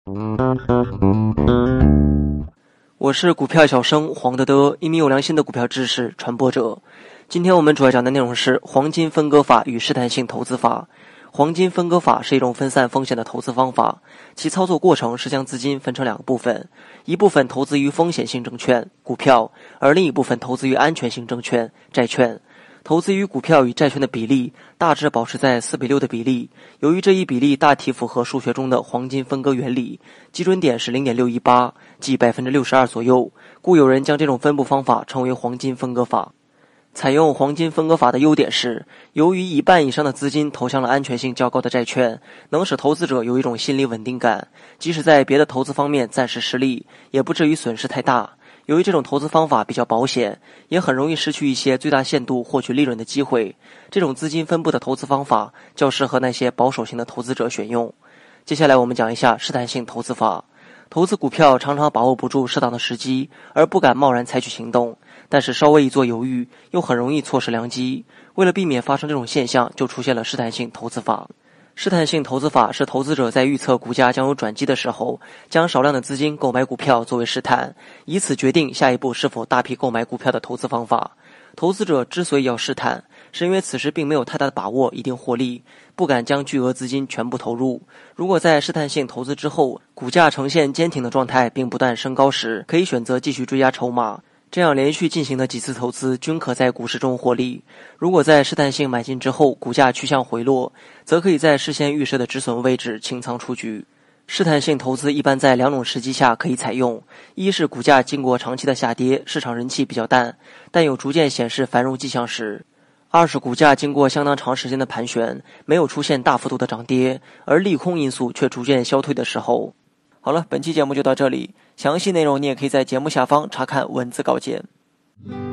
我是股票小生黄德德，一名有良心的股票知识传播者。今天我们主要讲的内容是黄金分割法与试探性投资法。黄金分割法是一种分散风险的投资方法，其操作过程是将资金分成两个部分，一部分投资于风险性证券股票，而另一部分投资于安全性证券债券。投资于股票与债券的比例大致保持在4:6的比例，由于这一比例大体符合数学中的黄金分割原理，基准点是0.618，即62%左右，故有人将这种分布方法称为黄金分割法。采用黄金分割法的优点是，由于一半以上的资金投向了安全性较高的债券，能使投资者有一种心理稳定感，即使在别的投资方面暂时失利，也不至于损失太大。由于这种投资方法比较保险，也很容易失去一些最大限度获取利润的机会，这种资金分布的投资方法较适合那些保守型的投资者选用。接下来我们讲一下试探性投资法。投资股票常常把握不住适当的时机，而不敢贸然采取行动，但是稍微一做犹豫，又很容易错失良机。为了避免发生这种现象，就出现了试探性投资法。试探性投资法是投资者在预测股价将有转机的时候，将少量的资金购买股票作为试探，以此决定下一步是否大批购买股票的投资方法。投资者之所以要试探，是因为此时并没有太大的把握一定获利，不敢将巨额资金全部投入。如果在试探性投资之后，股价呈现坚挺的状态并不断升高时，可以选择继续追加筹码，这样连续进行的几次投资均可在股市中获利。如果在试探性买进之后股价趋向回落，则可以在事先预设的止损位置清仓出局。试探性投资一般在两种时机下可以采用，一是股价经过长期的下跌，市场人气比较淡，但有逐渐显示繁荣迹象时；二是股价经过相当长时间的盘旋，没有出现大幅度的涨跌，而利空因素却逐渐消退的时候。好了，本期节目就到这里，详细内容你也可以在节目下方查看文字稿件。